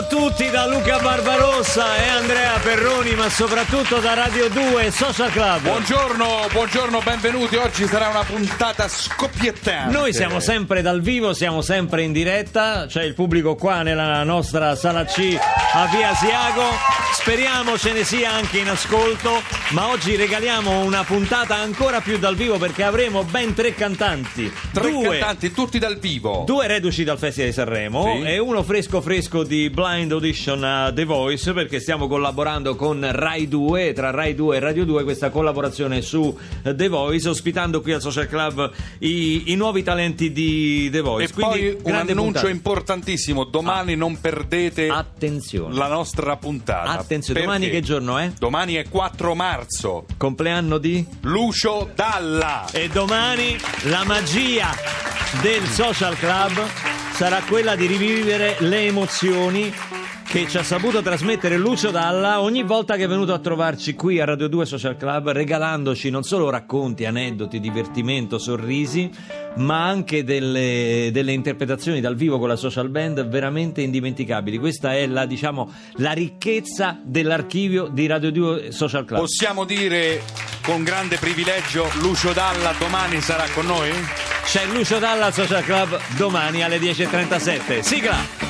a tutti da Luca Barbarossa e Andrea Perroni, ma soprattutto da Radio 2 Social Club. Buongiorno, benvenuti. Oggi sarà una puntata scoppiettante. Noi siamo sempre dal vivo, siamo sempre in diretta. C'è il pubblico qua nella nostra sala C a Via Asiago. Speriamo ce ne sia anche in ascolto, ma oggi regaliamo una puntata ancora più dal vivo perché avremo ben 3 cantanti. Cantanti, tutti dal vivo. 2 reduci dal Festival di Sanremo, sì, e uno fresco di Blind Audition a The Voice, perché stiamo collaborando con Rai 2, tra Rai 2 e Radio 2, questa collaborazione su The Voice, ospitando qui al Social Club i nuovi talenti di The Voice. E quindi, poi un annuncio importantissimo: domani non perdete la nostra puntata. Attenzione, domani che giorno è? Domani è 4 marzo, compleanno di Lucio Dalla. E domani la magia del Social Club sarà quella di rivivere le emozioni che ci ha saputo trasmettere Lucio Dalla ogni volta che è venuto a trovarci qui a Radio 2 Social Club, regalandoci non solo racconti, aneddoti, divertimento, sorrisi, ma anche delle interpretazioni dal vivo con la social band veramente indimenticabili. Questa è la ricchezza dell'archivio di Radio 2 Social Club. Possiamo dire con grande privilegio: Lucio Dalla domani sarà con noi? C'è Lucio Dalla al Social Club domani alle 10:37. Sigla!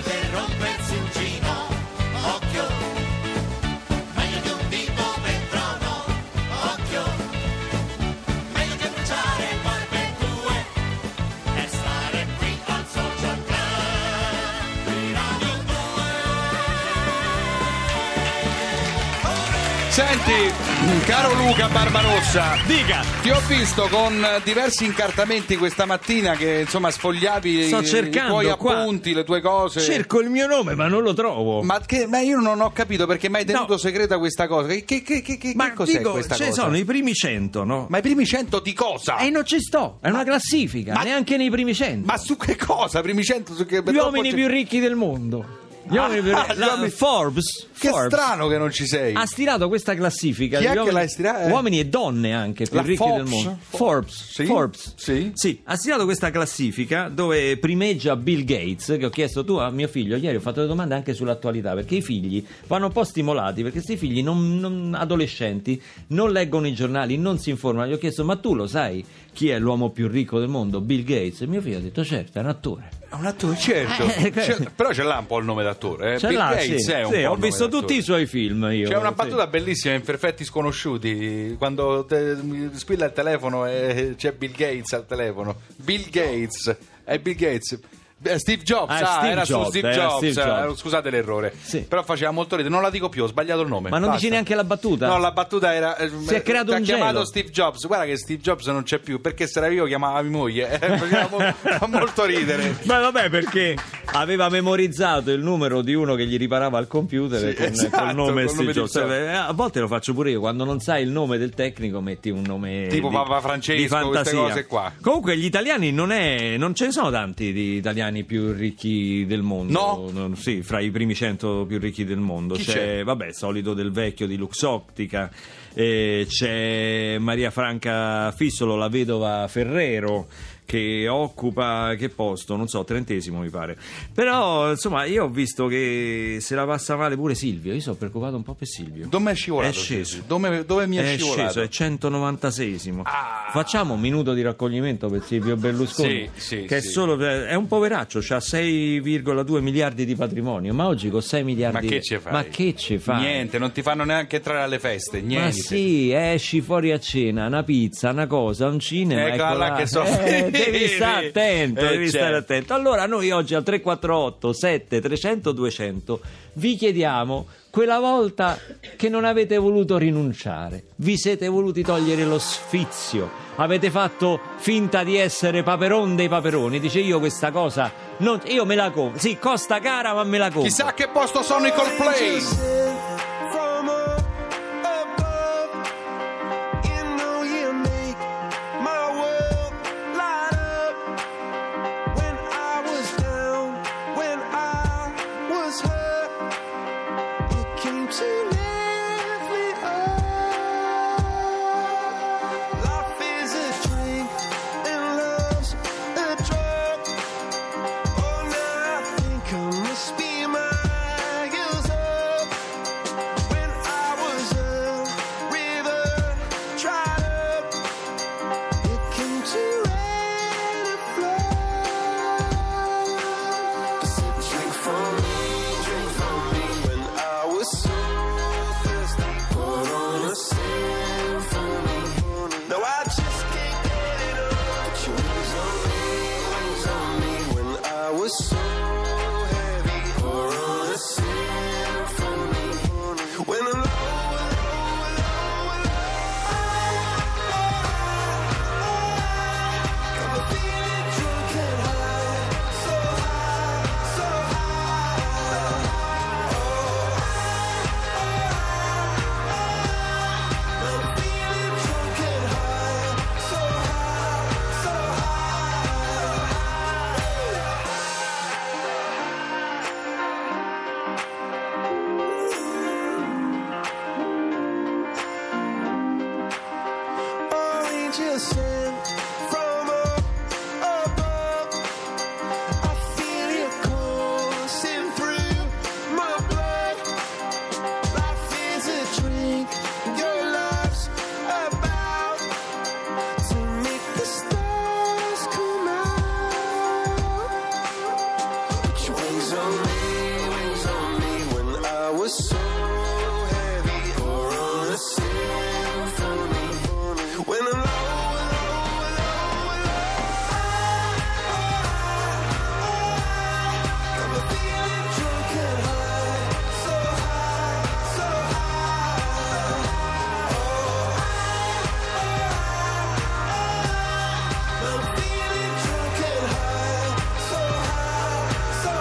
Senti, caro Luca Barbarossa, dica. Ti ho visto con diversi incartamenti questa mattina che insomma sfogliavi i tuoi appunti, le tue cose. Cerco il mio nome ma non lo trovo. Ma io non ho capito perché mi hai tenuto segreta questa cosa. Che cos'è questa cosa? Sono i primi 100, no? Ma i primi 100 di cosa? E non ci sto, è una classifica, neanche nei primi 100. Ma su che cosa? Primi 100 su che? Gli uomini più ricchi del mondo. Forbes. Che strano che non ci sei. Ha stilato questa classifica. Chi è che l'ha stilata? Uomini e donne anche più ricchi del mondo. Forbes. Sì. Ha stilato questa classifica dove primeggia Bill Gates, che ho chiesto tu a mio figlio ieri, ho fatto le domande anche sull'attualità, perché i figli vanno un po' stimolati, perché questi figli adolescenti non leggono i giornali, non si informano. Gli ho chiesto: ma tu lo sai chi è l'uomo più ricco del mondo? Bill Gates. E mio figlio ha detto: certo, è un attore. Un attore, certo. Però ce l'ha un po' il nome d'attore. Bill Gates è un po' ho visto tutti i suoi film. C'è una battuta bellissima in Perfetti Sconosciuti, quando squilla il telefono e c'è Bill Gates al telefono. Bill Gates, è Bill Gates. Steve Jobs, su Steve Jobs. Scusate l'errore, sì. Però faceva molto ridere. Non la dico più, ho sbagliato il nome. Ma non dici neanche la battuta? No, la battuta era: si è creato un gelo. Ha chiamato Steve Jobs. Guarda che Steve Jobs non c'è più, perché se era io chiamava mia moglie. Fa molto ridere. Ma vabbè, perché aveva memorizzato il numero di uno che gli riparava al computer, con il nome Steve Jobs. A volte lo faccio pure io, quando non sai il nome del tecnico metti un nome tipo Papa Francesco, queste cose qua. Comunque gli italiani non ce ne sono tanti di italiani più ricchi del mondo. No? Sì, fra i primi 100 più ricchi del mondo. Chi c'è? Vabbè, solito Del Vecchio di Luxottica, c'è Maria Franca Fissolo, la vedova Ferrero, che occupa, che posto? Non so, 30° mi pare. Però, insomma, io ho visto che se la passa male pure Silvio. Io sono preoccupato un po' per Silvio. Dove è scivolato? È sceso. Dove mi è scivolato? È 196°. Facciamo un minuto di raccoglimento per Silvio Berlusconi, sì, che è un poveraccio, ha 6,2 miliardi di patrimonio, ma oggi con 6 miliardi... Ma che ci fai? Niente, non ti fanno neanche entrare alle feste, niente. Ma sì, esci fuori a cena, una pizza, una cosa, un cinema, ecco là che devi stare attento, Allora noi oggi al 348 7 300 200 vi chiediamo: quella volta che non avete voluto rinunciare, vi siete voluti togliere lo sfizio, avete fatto finta di essere Paperon dei Paperoni, dice: io questa cosa io me la compro, sì, costa cara ma me la compro. Chissà che posto sono i Coldplay. so heavy or on a symphony. When I'm low, got me feeling drunk and high, so high, so high. I'm feeling drunk and high, so high, so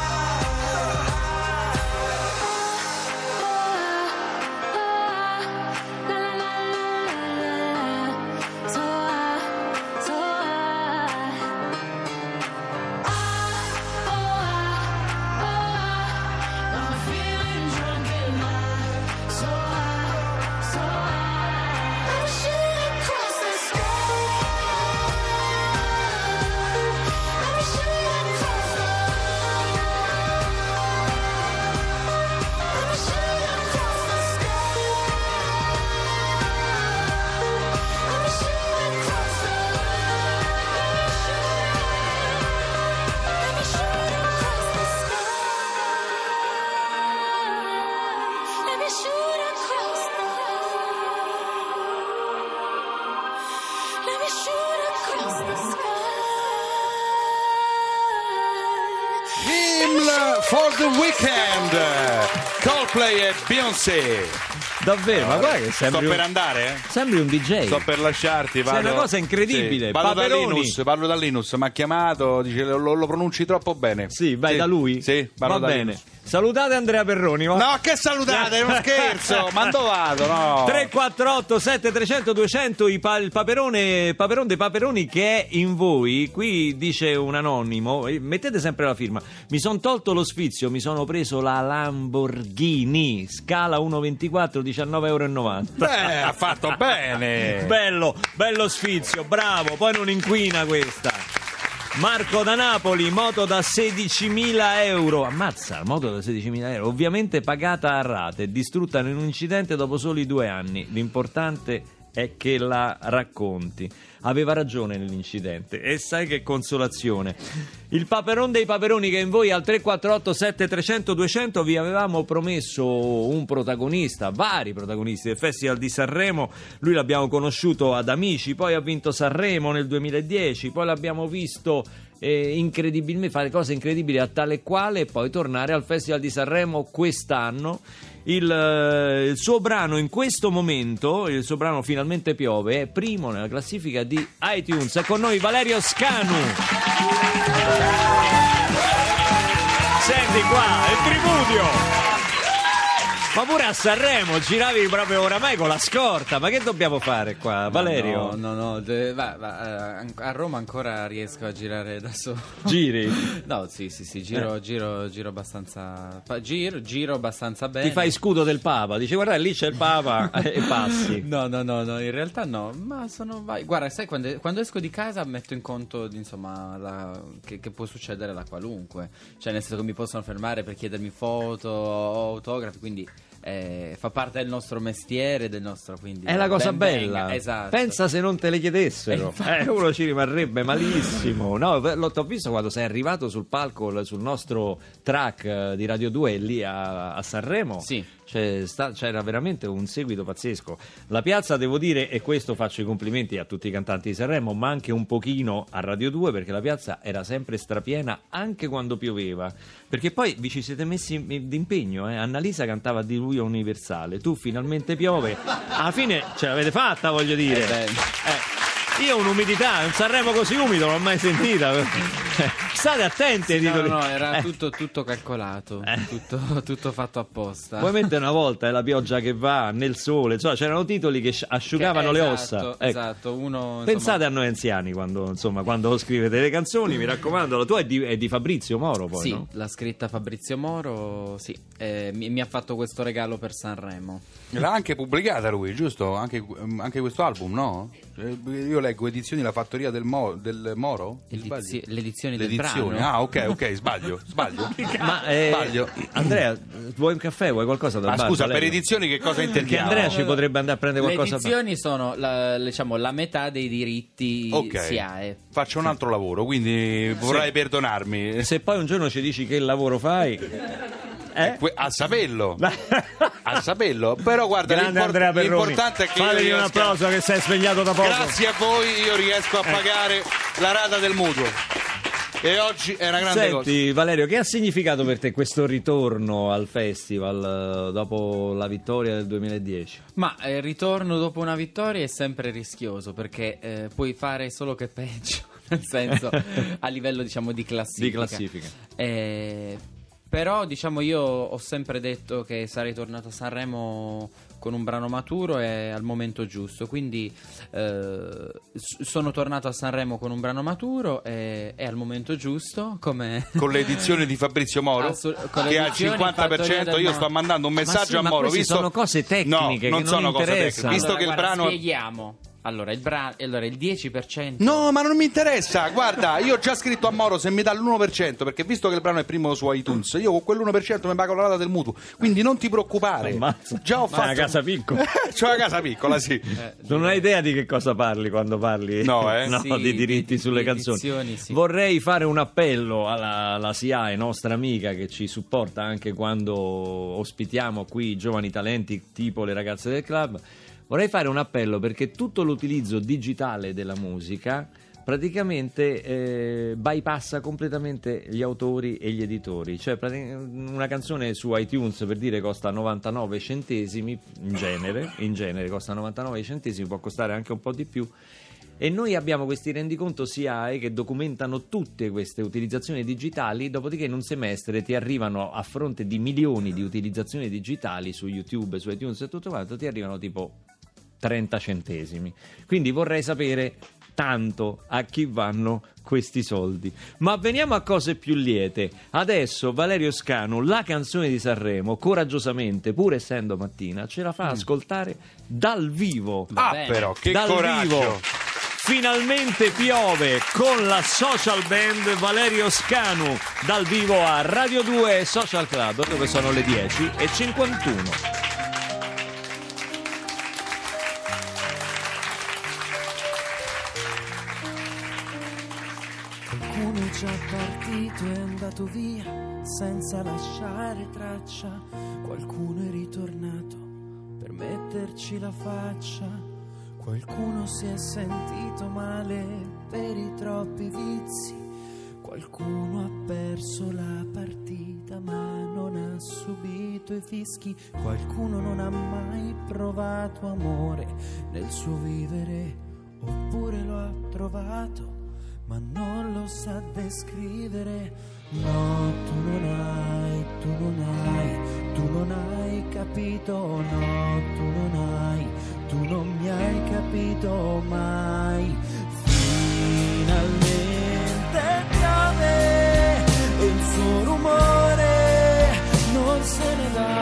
For the Weekend, Coldplay e Beyoncé. Davvero, ma guarda che Sto per andare? sembri un DJ. Sto per lasciarti, vado. Sei una cosa incredibile. Sì. Parlo Paperoni. da Linus, mi ha chiamato, dice lo pronunci troppo bene. Sì, vai da lui? Sì, va da bene. Linus. Salutate Andrea Perroni. Va? No, che salutate, è uno scherzo. Ma dove vado? No. 348 7300 200 il paperone dei paperoni che è in voi. Qui dice un anonimo, mettete sempre la firma. Mi sono tolto lo sfizio, mi sono preso la Lamborghini scala 1.24, 19,90 €. Ha fatto bene. bello sfizio, bravo. Poi non inquina questa. Marco da Napoli, moto da 16.000 €. Ammazza, moto da 16.000 €. Ovviamente pagata a rate, distrutta in un incidente dopo soli 2 anni. L'importante è che la racconti. Aveva ragione nell'incidente e sai che consolazione. Il paperon dei paperoni che è in voi al 348 7300 200. Vi avevamo promesso un protagonista, vari protagonisti del Festival di Sanremo. Lui l'abbiamo conosciuto ad Amici, poi ha vinto Sanremo nel 2010, poi l'abbiamo visto incredibilmente fare cose incredibili a tale e quale e poi tornare al Festival di Sanremo quest'anno. Il suo brano in questo momento, il suo brano Finalmente piove, è primo nella classifica di iTunes. È con noi Valerio Scanu. Senti qua, il tripudio. Ma pure a Sanremo giravi proprio oramai con la scorta. Ma che dobbiamo fare qua, Valerio? No, a Roma ancora riesco a girare da solo. Giri? No, sì, giro abbastanza. Giro abbastanza bene. Ti fai scudo del Papa, dici guarda lì c'è il Papa e passi. No, in realtà no. Ma guarda, sai, quando esco di casa metto in conto, insomma, che può succedere la qualunque. Cioè, nel senso che mi possono fermare per chiedermi foto o autografi, quindi. Fa parte del nostro mestiere, quindi è la cosa bella. Esatto. Pensa se non te le chiedessero, uno ci rimarrebbe malissimo. No, t'ho visto quando sei arrivato sul palco, sul nostro track di Radio 2 lì a Sanremo. Sì. C'era veramente un seguito pazzesco. La piazza, devo dire, e questo faccio i complimenti a tutti i cantanti di Sanremo, ma anche un pochino a Radio 2, perché la piazza era sempre strapiena anche quando pioveva, perché poi vi ci siete messi d'impegno. Annalisa cantava Diluvio Universale, tu Finalmente piove, alla fine ce l'avete fatta, voglio dire. Io un'umidità, un Sanremo così umido non l'ho mai sentita. State attenti ai titoli. No, era tutto calcolato, tutto fatto apposta. Poi mente una volta è la pioggia che va nel sole, insomma, c'erano titoli che asciugavano le ossa. Esatto, Pensate a noi anziani quando scrivete le canzoni, mi raccomando. La tua è di Fabrizio Moro, poi, sì, no? l'ha scritta Fabrizio Moro, sì. Mi ha fatto questo regalo per Sanremo. L'ha anche pubblicata lui, giusto? Anche questo album, no? Io leggo edizioni La Fattoria del Moro? Le edizioni del brano. Ah, ok, sbaglio. Ma Sbaglio. Andrea, vuoi un caffè? Vuoi qualcosa da bar? Scusa, per edizioni che cosa Perché intendiamo? Andrea ci potrebbe andare a prendere Le qualcosa. edizioni sono la metà dei diritti SIAE. Faccio un altro lavoro, quindi vorrai perdonarmi. Se poi un giorno ci dici che lavoro fai, A saperlo. A saperlo. Però guarda, Grande Andrea Perroni. l'importante è che Fategli io un riesca- applauso che sei svegliato da poco. Grazie a voi io riesco a pagare la rata del mutuo. E oggi è una grande cosa. Senti Valerio, che ha significato per te questo ritorno al festival dopo la vittoria del 2010? Ma il ritorno dopo una vittoria è sempre rischioso perché puoi fare solo che peggio, nel senso a livello diciamo di classifica. Però diciamo io ho sempre detto che sarei tornato a Sanremo con un brano maturo e al momento giusto, quindi sono tornato a Sanremo con un brano maturo e al momento giusto, come Con l'edizione di Fabrizio Moro con che ha il l'edizione in fattoria 50%, del io no. sto mandando un Ma messaggio sì, a ma Moro, queste sono cose tecniche non che sono non cose interessano. tecniche, visto che il guarda, brano spieghiamo. Allora il il 10%. No, ma non mi interessa. Guarda, io ho già scritto a Moro se mi dà l'1%, perché visto che il brano è primo su iTunes, io con quell'1% mi pago la rata del mutuo. Quindi non ti preoccupare. Ammazza. Già ho Ma è fatto una casa piccola. C'ho una casa piccola, sì. Non hai idea di che cosa parli quando parli No, Sì, di diritti di sulle edizioni, canzoni. sì. Vorrei fare un appello alla SIAE, nostra amica che ci supporta anche quando ospitiamo qui giovani talenti tipo le ragazze del club. Vorrei fare un appello perché tutto l'utilizzo digitale della musica praticamente bypassa completamente gli autori e gli editori. Cioè una canzone su iTunes, per dire, costa 99 centesimi in genere costa 99 centesimi, può costare anche un po' di più. E noi abbiamo questi rendiconto SIAE che documentano tutte queste utilizzazioni digitali, dopodiché in un semestre ti arrivano, a fronte di milioni di utilizzazioni digitali su YouTube, su iTunes e tutto quanto, ti arrivano tipo 30 centesimi. Quindi vorrei sapere tanto a chi vanno questi soldi. Ma veniamo a cose più liete. Adesso Valerio Scanu, la canzone di Sanremo, coraggiosamente, pur essendo mattina, ce la fa ascoltare dal vivo. Va bene. Però, che Dal coraggio. vivo. Finalmente piove con la Social Band Valerio Scanu dal vivo a Radio 2 Social Club, dove sono le 10:51. Qualcuno è già partito e è andato via senza lasciare traccia. Qualcuno è ritornato per metterci la faccia. Qualcuno si è sentito male per i troppi vizi. Qualcuno ha perso la partita ma non ha subito i fischi. Qualcuno non ha mai provato amore nel suo vivere, oppure lo ha trovato ma non lo sa descrivere. No, tu non hai capito. No, tu non mi hai capito mai. Finalmente piove e il suo rumore non se ne va.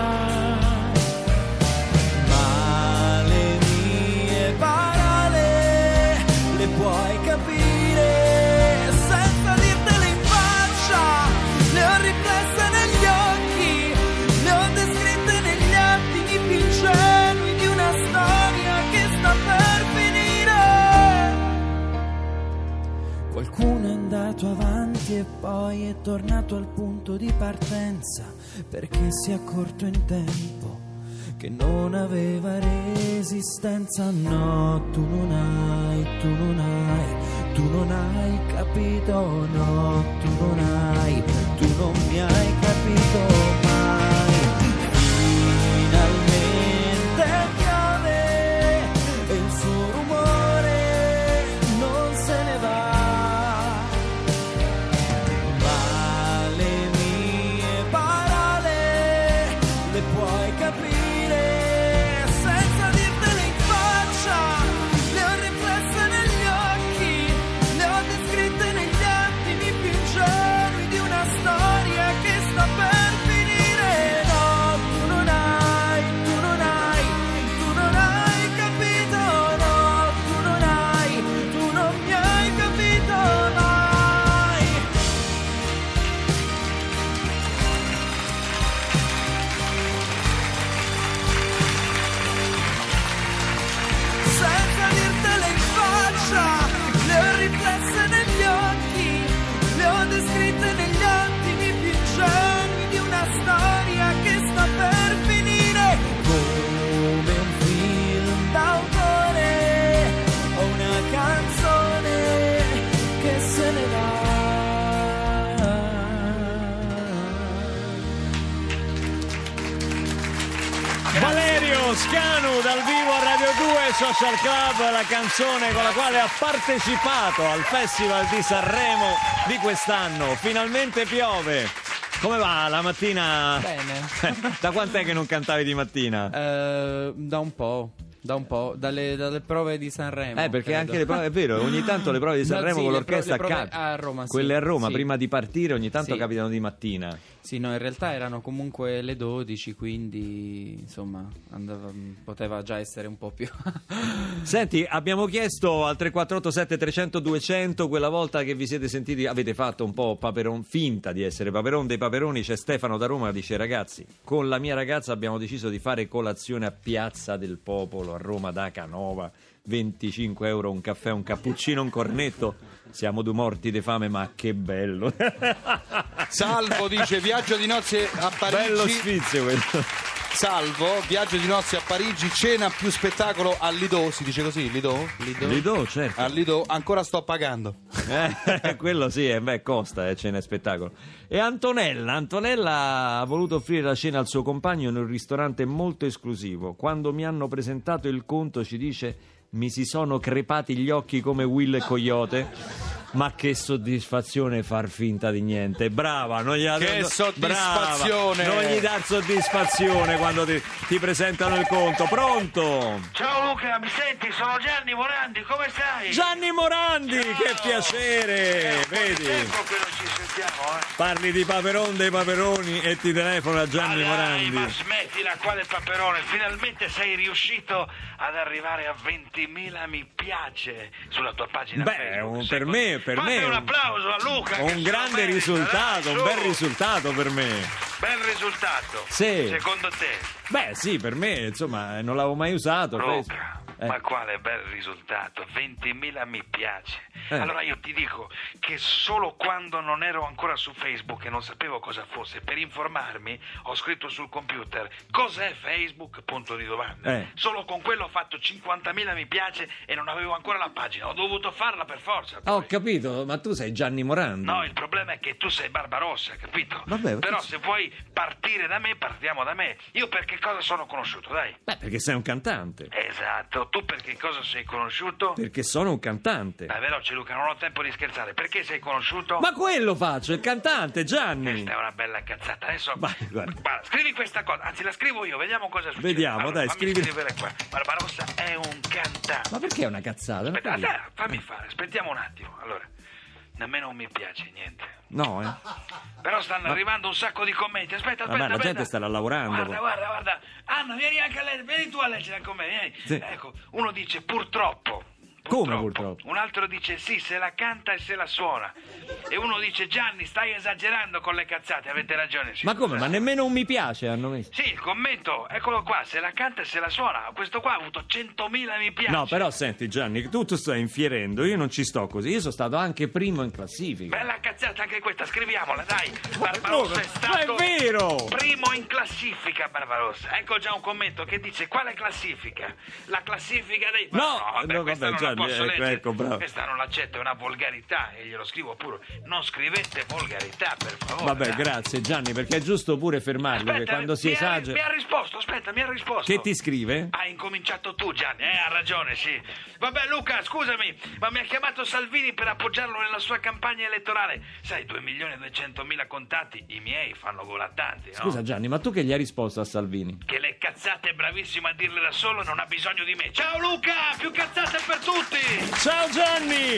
Ma le mie parole le puoi capire senza dirtele in faccia. Le ho riflesse negli occhi, le ho descritte negli attimi più ingenui di una storia che sta per finire. Qualcuno è andato avanti e poi è tornato al punto di partenza perché si è accorto in tempo che non aveva resistenza. No, tu non hai capito. No, tu non mi hai capito mai. Finalmente piove e il suo rumore non se ne va. Ma le mie parole le puoi capire senza dirtele in faccia. Le ho riflesse negli occhi, le ho descritte negli attimi più ingenui di una storia che sta per Valerio Scanu dal vivo a Radio 2 Social Club, la canzone con la quale ha partecipato al Festival di Sanremo di quest'anno. Finalmente piove. Come va la mattina? Bene. Da quant'è che non cantavi di mattina? Da un po', dalle prove di Sanremo. Perché credo. anche le prove, è vero, ogni tanto le prove di Sanremo sì, con le l'orchestra prove capitano. a Roma, sì. Quelle a Roma, Sì. prima di partire, ogni tanto Sì. capitano di mattina. Sì, no, in realtà erano comunque le 12, quindi insomma poteva già essere un po' più. Senti, abbiamo chiesto al 3487 300 200 quella volta che vi siete sentiti, avete fatto un po' paperon, finta di essere paperon dei paperoni. C'è Stefano da Roma che dice: ragazzi, con la mia ragazza abbiamo deciso di fare colazione a Piazza del Popolo a Roma da Canova, 25 euro un caffè, un cappuccino, un cornetto. Siamo due morti di fame, ma che bello. Salvo dice viaggio di nozze a Bello Parigi. sfizio questo. Salvo, viaggio di nozze a Parigi, cena più spettacolo al Lido, si dice così, Lido? Lido, certo. Al Lido, ancora sto pagando. Quello sì, costa, cena e spettacolo. E Antonella ha voluto offrire la cena al suo compagno in un ristorante molto esclusivo. Quando mi hanno presentato il conto, ci dice: mi si sono crepati gli occhi come Will e Coyote. Ma che soddisfazione far finta di niente. Brava, non gli Che soddisfazione. Brava, non gli dar soddisfazione quando ti presentano il conto. Pronto? Ciao Luca, mi senti? Sono Gianni Morandi, come stai? Gianni Morandi, che piacere. Un po' di Vedi? tempo che non ci sentiamo, Parli di Paperon dei Paperoni e ti telefona Gianni Morandi. Ma smettila, quale Paperone? Finalmente sei riuscito ad arrivare a 20.000 mi piace sulla tua pagina Facebook. Per me Fate un applauso a Luca. che un se lo grande merita, risultato, dai, un su. bel risultato per me. Bel risultato. Sì. Secondo te? Beh, sì, per me, insomma, non l'avevo mai usato. Luca, Eh. ma quale bel risultato, 20.000 mi piace. Allora io ti dico che solo quando non ero ancora su Facebook e non sapevo cosa fosse, per informarmi ho scritto sul computer cos'è Facebook, punto di domanda. Solo con quello ho fatto 50.000 mi piace e non avevo ancora la pagina, ho dovuto farla per forza. Ho capito, ma tu sei Gianni Morandi. No, il problema è che tu sei Barbarossa, capito? Vabbè, però se vuoi partire da me, partiamo da me. Io per che cosa sono conosciuto, dai? Beh, perché sei un cantante. Esatto, tu per che cosa sei conosciuto? Perché sono un cantante. Dai, veloce Luca, non ho tempo di scherzare. Perché sei conosciuto? Ma quello faccio, il cantante, Gianni. Questa è una bella cazzata. Adesso Vai, guarda. Guarda, scrivi questa cosa, anzi la scrivo io, vediamo cosa succede. Vediamo, Allora, dai, fammi scrivi. scrivere qua. Barbarossa è un cantante. Ma perché è una cazzata? Aspetta, Perché? fammi fare, aspettiamo un attimo. Allora, nemmeno un mi piace, niente. No, Però stanno arrivando un sacco di commenti. Aspetta, Vabbè, la aspetta. gente starà lavorando. Guarda. Anna, vieni anche a leggere, vieni tu a leggere con me, vieni. Sì. Ecco, uno dice purtroppo. Come purtroppo? Un altro dice sì, se la canta e se la suona. E uno dice Gianni, stai esagerando con le cazzate, avete ragione. Sì, Ma come? scusate. Ma nemmeno un mi piace hanno messo. Sì, il commento, eccolo qua, se la canta e se la suona. Questo qua ha avuto 100.000 mi piace. No, però senti Gianni, tu stai infierendo, io non ci sto così, io sono stato anche primo in classifica. Bella cazzata anche questa, scriviamola, dai. Barbarossa è Ma stato è vero! primo in classifica, Barbarossa. Ecco già un commento che dice quale classifica? La classifica dei... No, questa vabbè, non la Gianni, posso leggere. ecco, bravo. Questa non l'accetto, è una volgarità e glielo scrivo pure. Non scrivete volgarità, per favore. Vabbè, dai. grazie Gianni, perché è giusto pure fermarlo, che quando si mi esagera... ha risposto, aspetta, mi ha risposto. Che ti scrive? Hai incominciato tu, Gianni, ha ragione, sì. Vabbè, Luca, scusami, ma mi ha chiamato Salvini per appoggiarlo nella sua campagna elettorale. Sai, 2.200.000 contatti, i miei fanno gola tanti, no? Scusa Gianni, ma tu che gli hai risposto a Salvini? Che le cazzate è bravissimo a dirle da solo, non ha bisogno di me. Ciao Luca, più cazzate per tutti! Ciao Gianni!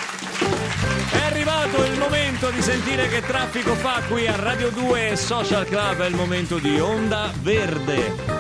È arrivato il momento di sentire che traffico fa qui a Radio 2 Social Club, è il momento di Onda Verde.